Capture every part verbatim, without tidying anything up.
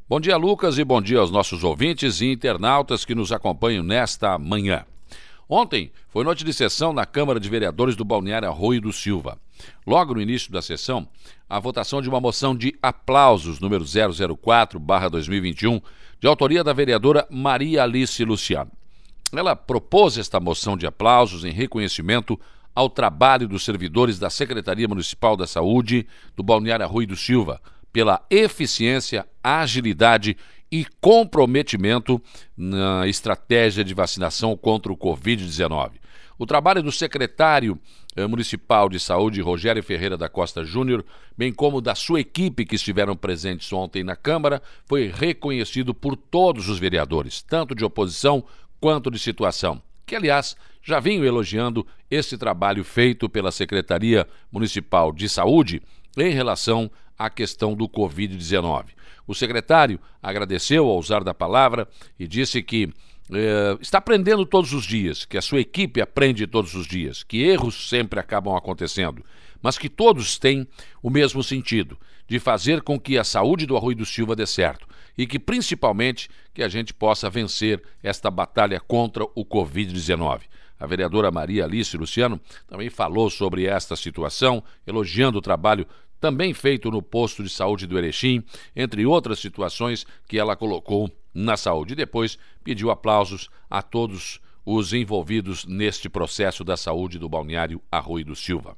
Bom dia, Lucas, e bom dia aos nossos ouvintes e internautas que nos acompanham nesta manhã. Ontem foi noite de sessão na Câmara de Vereadores do Balneário Arroio do Silva. Logo no início da sessão, a votação de uma moção de aplausos número zero zero quatro barra dois mil e vinte e um, de autoria da vereadora Maria Alice Luciano. Ela propôs esta moção de aplausos em reconhecimento ao trabalho dos servidores da Secretaria Municipal da Saúde do Balneário Arroio do Silva, pela eficiência, agilidade e comprometimento na estratégia de vacinação contra o covid dezenove. O trabalho do secretário eh, municipal de saúde, Rogério Ferreira da Costa Júnior, bem como da sua equipe que estiveram presentes ontem na Câmara, foi reconhecido por todos os vereadores, tanto de oposição quanto de situação, que, aliás, já vinham elogiando esse trabalho feito pela Secretaria Municipal de Saúde em relação à questão do covid dezenove. O secretário agradeceu ao usar da palavra e disse que eh, está aprendendo todos os dias, que a sua equipe aprende todos os dias, que erros sempre acabam acontecendo, mas que todos têm o mesmo sentido, de fazer com que a saúde do Arroio do Silva dê certo e que, principalmente, que a gente possa vencer esta batalha contra o covid dezenove. A vereadora Maria Alice Luciano também falou sobre esta situação, elogiando o trabalho também feito no posto de saúde do Erechim, entre outras situações que ela colocou na saúde. E depois pediu aplausos a todos os envolvidos neste processo da saúde do Balneário Arroio do Silva.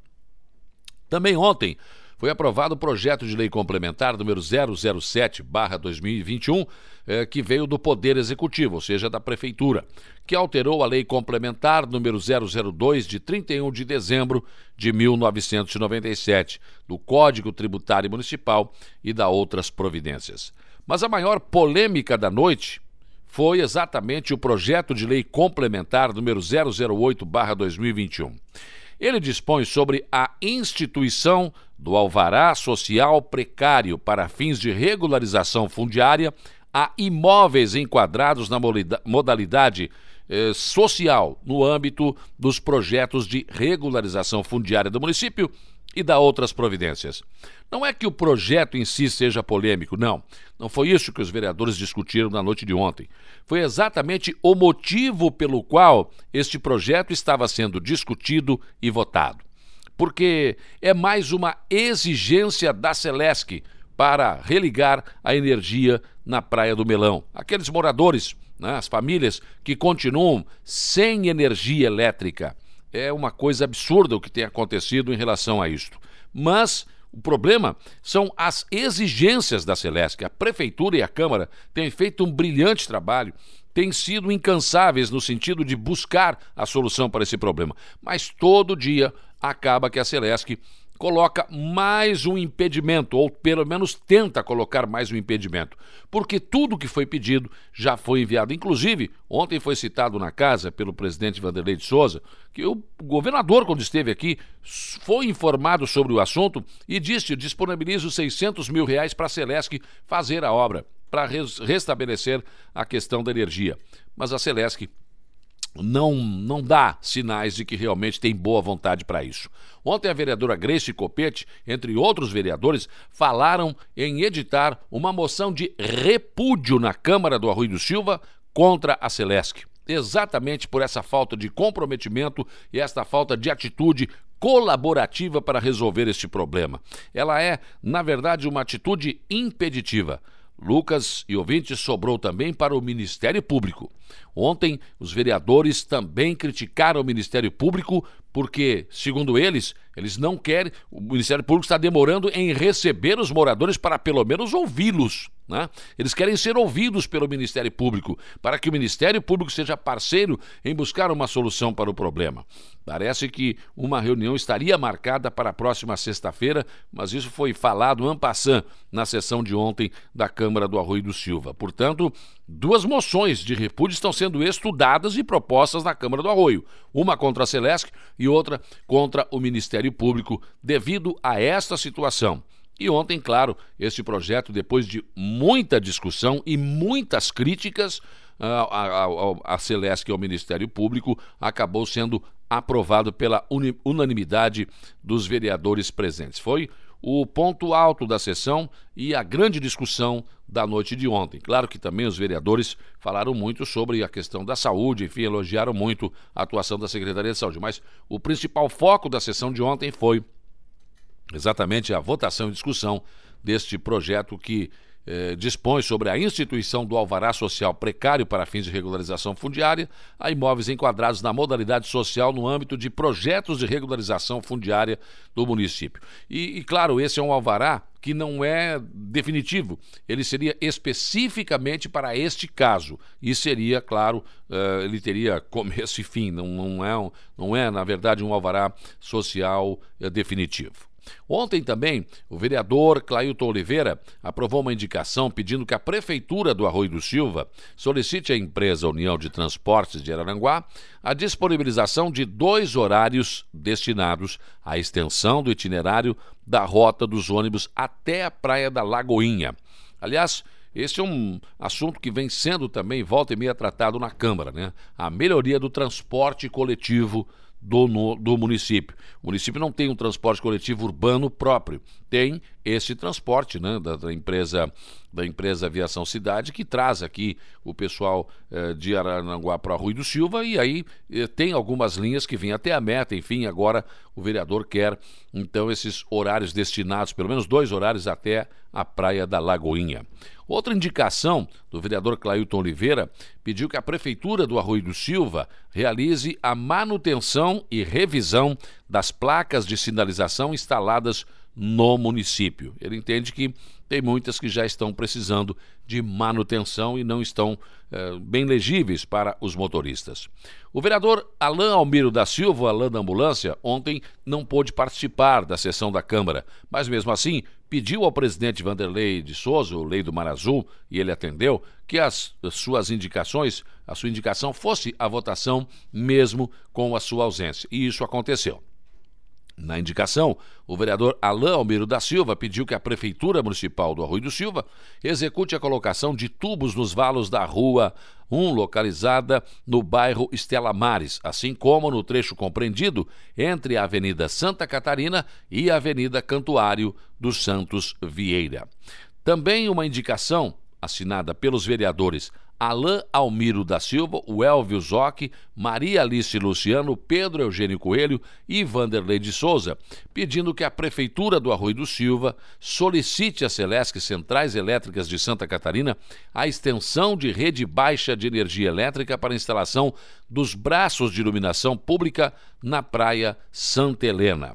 Também ontem foi aprovado o projeto de lei complementar número zero zero sete barra dois mil e vinte e um, eh, que veio do Poder Executivo, ou seja, da Prefeitura, que alterou a lei complementar número zero zero dois de trinta e um de dezembro de mil novecentos e noventa e sete, do Código Tributário Municipal e da outras providências. Mas a maior polêmica da noite foi exatamente o projeto de lei complementar número zero zero oito barra dois mil e vinte e um. Ele dispõe sobre a instituição do alvará social precário para fins de regularização fundiária a imóveis enquadrados na modalidade eh, social no âmbito dos projetos de regularização fundiária do município e da outras providências. Não é que o projeto em si seja polêmico, não. Não foi isso que os vereadores discutiram na noite de ontem. Foi exatamente o motivo pelo qual este projeto estava sendo discutido e votado. Porque é mais uma exigência da Celesc para religar a energia na Praia do Melão. Aqueles moradores, né, as famílias que continuam sem energia elétrica. É uma coisa absurda o que tem acontecido em relação a isto. Mas o problema são as exigências da Celesc. A Prefeitura e a Câmara têm feito um brilhante trabalho, têm sido incansáveis no sentido de buscar a solução para esse problema. Mas todo dia acaba que a Celesc coloca mais um impedimento, ou pelo menos tenta colocar mais um impedimento, porque tudo que foi pedido já foi enviado. Inclusive, ontem foi citado na casa pelo presidente Vanderlei de Souza que o governador, quando esteve aqui, foi informado sobre o assunto e disse: disponibiliza os seiscentos mil reais para a Celesc fazer a obra, para restabelecer a questão da energia. Mas a Celesc Não, não dá sinais de que realmente tem boa vontade para isso. Ontem a vereadora Grace Copete, entre outros vereadores, falaram em editar uma moção de repúdio na Câmara do Arroio do Silva contra a Celesc, exatamente por essa falta de comprometimento e esta falta de atitude colaborativa para resolver este problema. Ela é, na verdade, uma atitude impeditiva. Lucas e ouvintes, sobrou também para o Ministério Público. Ontem, os vereadores também criticaram o Ministério Público porque, segundo eles, eles não querem, o Ministério Público está demorando em receber os moradores para pelo menos ouvi-los, né? Eles querem ser ouvidos pelo Ministério Público, para que o Ministério Público seja parceiro em buscar uma solução para o problema. Parece que uma reunião estaria marcada para a próxima sexta-feira, mas isso foi falado en passant na sessão de ontem da Câmara do Arroio do Silva. Portanto, duas moções de repúdio estão sendo estudadas e propostas na Câmara do Arroio, uma contra a Celesc e outra contra o Ministério Público, devido a esta situação. E ontem, claro, este projeto, depois de muita discussão e muitas críticas a, a, a Celesc e ao Ministério Público, acabou sendo aprovado pela unanimidade dos vereadores presentes. Foi o ponto alto da sessão e a grande discussão da noite de ontem. Claro que também os vereadores falaram muito sobre a questão da saúde, enfim, elogiaram muito a atuação da Secretaria de Saúde, mas o principal foco da sessão de ontem foi exatamente a votação e discussão deste projeto que eh, dispõe sobre a instituição do alvará social precário para fins de regularização fundiária a imóveis enquadrados na modalidade social no âmbito de projetos de regularização fundiária do município. E, e claro, esse é um alvará que não é definitivo, ele seria especificamente para este caso e seria, claro, uh, ele teria começo e fim, não, não, é, um, não é, na verdade, um alvará social uh, definitivo. Ontem também, o vereador Clailton Oliveira aprovou uma indicação pedindo que a Prefeitura do Arroio do Silva solicite à empresa União de Transportes de Araranguá a disponibilização de dois horários destinados à extensão do itinerário da rota dos ônibus até a Praia da Lagoinha. Aliás, esse é um assunto que vem sendo também volta e meia tratado na Câmara, né? A melhoria do transporte coletivo Do, no, do município. O município não tem um transporte coletivo urbano próprio, tem esse transporte, né, da, da empresa da empresa Aviação Cidade, que traz aqui o pessoal eh, de Araranguá para Arroio do Silva, e aí eh, tem algumas linhas que vêm até a meta. Enfim, agora o vereador quer então esses horários destinados, pelo menos dois horários até a Praia da Lagoinha. Outra indicação do vereador Clailton Oliveira pediu que a Prefeitura do Arroio do Silva realize a manutenção e revisão das placas de sinalização instaladas no município. Ele entende que tem muitas que já estão precisando de manutenção e não estão eh, bem legíveis para os motoristas. O vereador Alain Almiro da Silva, Alain da Ambulância, ontem não pôde participar da sessão da Câmara, mas mesmo assim pediu ao presidente Vanderlei de Souza, o Lei do Mar Azul, e ele atendeu, que as, as suas indicações, a sua indicação fosse a votação mesmo com a sua ausência. E isso aconteceu. Na indicação, o vereador Alain Almiro da Silva pediu que a Prefeitura Municipal do Arroio do Silva execute a colocação de tubos nos valos da Rua um, localizada no bairro Estela Mares, assim como no trecho compreendido entre a Avenida Santa Catarina e a Avenida Cantuário dos Santos Vieira. Também uma indicação assinada pelos vereadores Alain Almiro da Silva, o Elvio Zoc, Maria Alice Luciano, Pedro Eugênio Coelho e Vanderlei de Souza, pedindo que a Prefeitura do Arroio do Silva solicite às Celesc Centrais Elétricas de Santa Catarina a extensão de rede baixa de energia elétrica para a instalação dos braços de iluminação pública na Praia Santa Helena.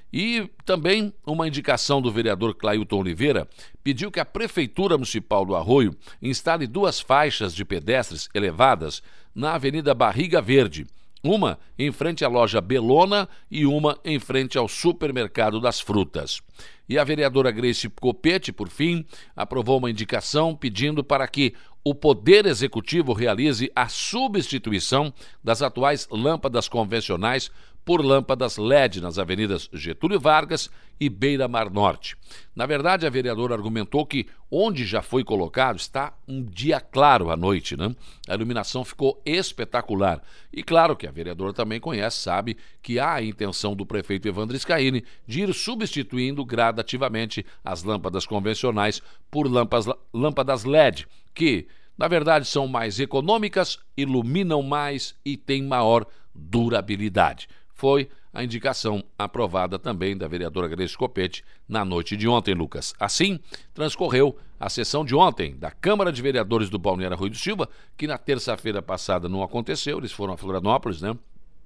E também uma indicação do vereador Clailton Oliveira pediu que a Prefeitura Municipal do Arroio instale duas faixas de pedestres elevadas na Avenida Barriga Verde, uma em frente à loja Belona e uma em frente ao Supermercado das Frutas. E a vereadora Grace Copete, por fim, aprovou uma indicação pedindo para que o Poder Executivo realize a substituição das atuais lâmpadas convencionais por lâmpadas L E D nas avenidas Getúlio Vargas e Beira Mar Norte. Na verdade, a vereadora argumentou que onde já foi colocado está um dia claro à noite, né? A iluminação ficou espetacular. E claro que a vereadora também conhece, sabe que há a intenção do prefeito Evandro Scaini de ir substituindo gradativamente as lâmpadas convencionais por lâmpadas, lâmpadas L E D, que, na verdade, são mais econômicas, iluminam mais e têm maior durabilidade. Foi a indicação aprovada também da vereadora Grace Copete na noite de ontem, Lucas. Assim, transcorreu a sessão de ontem da Câmara de Vereadores do Balneário Arroio do Silva, que na terça-feira passada não aconteceu, eles foram a Florianópolis, né?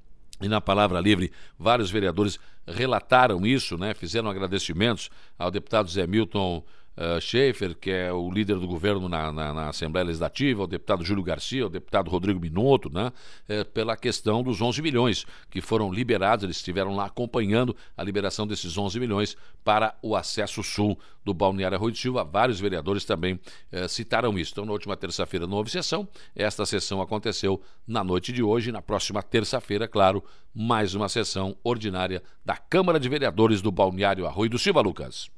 E na Palavra Livre, vários vereadores relataram isso, né? Fizeram agradecimentos ao deputado Zé Milton Uh, Schaefer, que é o líder do governo na, na, na Assembleia Legislativa, o deputado Júlio Garcia, o deputado Rodrigo Minotto, né, é, pela questão dos onze milhões que foram liberados. Eles estiveram lá acompanhando a liberação desses onze milhões para o acesso sul do Balneário Arroio do Silva. Vários vereadores também é, citaram isso. Então, na última terça-feira não houve sessão, esta sessão aconteceu na noite de hoje, e na próxima terça-feira, claro, mais uma sessão ordinária da Câmara de Vereadores do Balneário Arroio do Silva, Lucas.